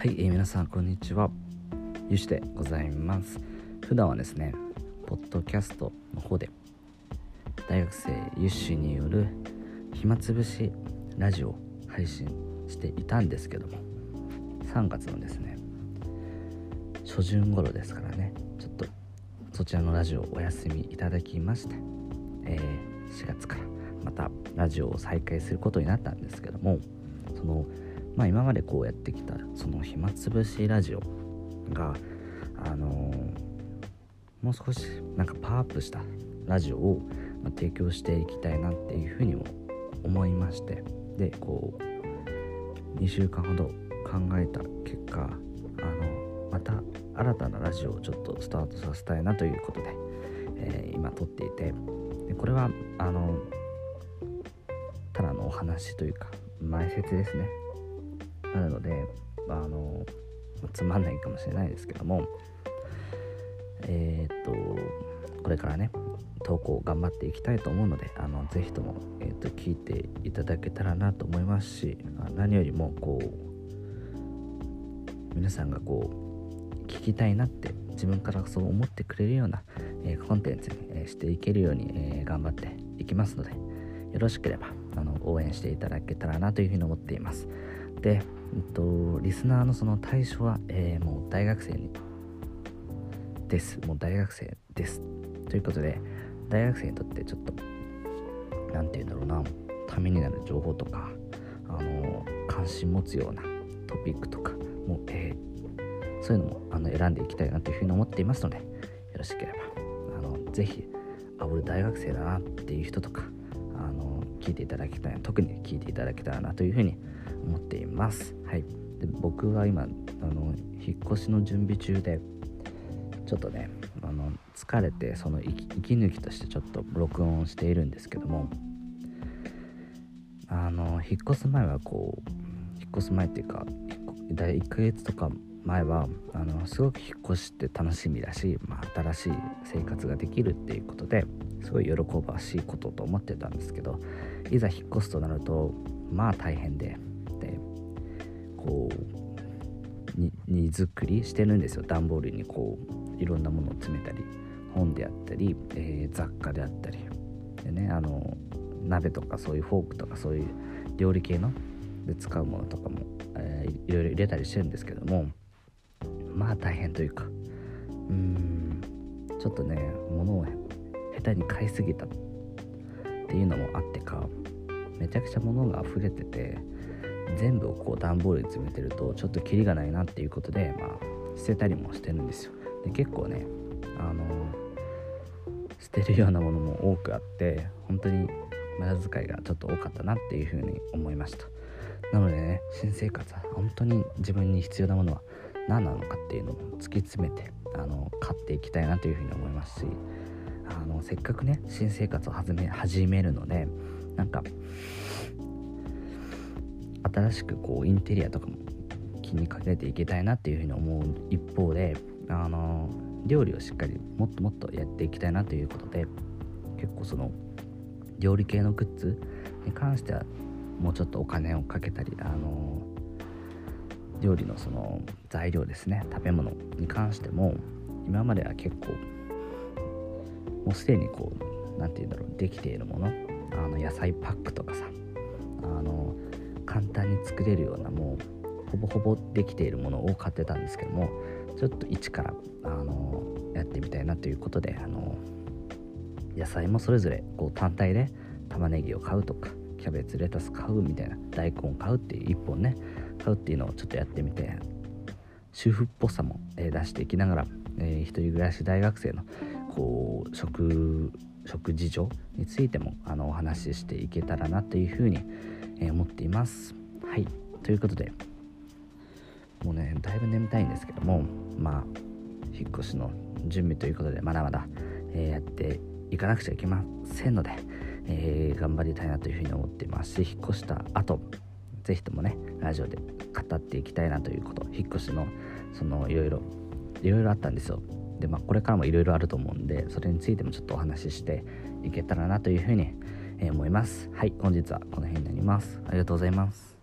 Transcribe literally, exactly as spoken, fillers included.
はい、えー、皆さんこんにちは。ゆしでございます。普段はですね、ポッドキャストの方で大学生ゆしによる暇つぶしラジオを配信していたんですけども、さんがつのですね初旬頃ですからね、ちょっとそちらのラジオをお休みいただきまして、えー、しがつからまたラジオを再開することになったんですけども、そのまあ今までこうやってきたその暇つぶしラジオがあのー、もう少しなんかパワーアップしたラジオを、まあ、提供していきたいなっていうふうにも思いまして、でこうにしゅうかんほど考えた結果、あのまた新たなラジオをちょっとスタートさせたいなということで、えー、今撮っていて、でこれはあのただのお話というか前説ですね。なのであのつまんないかもしれないですけども、えー、っとこれからね投稿頑張っていきたいと思うので、あのぜひとも、えー、っと聞いていただけたらなと思いますし、何よりもこう皆さんがこう聞きたいなって自分からそう思ってくれるような、えー、コンテンツに、えー、していけるように、えー、頑張っていきますので、よろしければあの応援していただけたらなというふうに思っています。で、えっと、リスナーのその対象は、えー、もう大学生にですもう大学生ですということで、大学生にとってちょっとなんていうんだろうな、ためになる情報とか、あの関心持つようなトピックとかもう、えー、そういうのもあの選んでいきたいなというふうに思っていますので、よろしければあのぜひ、あ俺大学生だなっていう人とか、あの聞いていただきたい、特に聞いていただけたらなというふうに思っています。はい。で、僕は今あの引っ越しの準備中で、ちょっとねあの疲れて、その息息抜きとしてちょっと録音をしているんですけども、あの引っ越す前はこう引っ越す前っていうかだいいっかげつとか前はあのすごく引っ越しって楽しみだし、まあ、新しい生活ができるっていうことですごい喜ばしいことと思ってたんですけど、いざ引っ越すとなるとまあ大変で、でこうに荷造りしてるんですよ。段ボールにこういろんなものを詰めたり、本であったり、えー、雑貨であったりでね、あの鍋とかそういうフォークとかそういう料理系ので使うものとかも、えー、いろいろ入れたりしてるんですけども、まあ大変というか、うーんちょっとね物を下手に買いすぎたっていうのもあってか、めちゃくちゃ物が溢れてて、全部をこう段ボールに詰めてるとちょっとキリがないなっていうことで、まあ捨てたりもしてるんですよ。で結構ねあの捨てるようなものも多くあって、本当に無駄遣いがちょっと多かったなっていうふうに思いました。なのでね、新生活は本当に自分に必要なものは何なのかっていうのを突き詰めてあの買っていきたいなというふうに思いますし、あのせっかくね新生活を始め始めるので、なんか新しくこうインテリアとかも気にかけていきたいなっていうふうに思う一方で、あの料理をしっかりもっともっとやっていきたいなということで、結構その料理系のグッズに関してはもうちょっとお金をかけたり、あの料理のその材料ですね、食べ物に関しても今までは結構もうすでにこうなんていうんだろう、できているもの、あの野菜パックとかさ、あの簡単に作れるようなもうほぼほぼできているものを買ってたんですけども、ちょっと一からあのやってみたいなということで、あの野菜もそれぞれこう単体で玉ねぎを買うとか、キャベツレタス買うみたいな、大根を買うっていう一本ね買うっていうのをちょっとやってみて、主婦っぽさも、えー、出していきながら、えー、一人暮らし大学生のこう食食事情についてもあのお話ししていけたらなというふうに、えー、思っています。はい、ということでもうねだいぶ眠たいんですけども、まあ引っ越しの準備ということでまだまだ、えー、やっていかなくちゃいけませんので、えー、頑張りたいなというふうに思っていますし、引っ越した後ぜひともねラジオで語っていきたいなということ、引っ越しのそのいろいろいろいろあったんですよ。でまあこれからもいろいろあると思うんで、それについてもちょっとお話ししていけたらなというふうに思います。はい、本日はこの辺になります。ありがとうございます。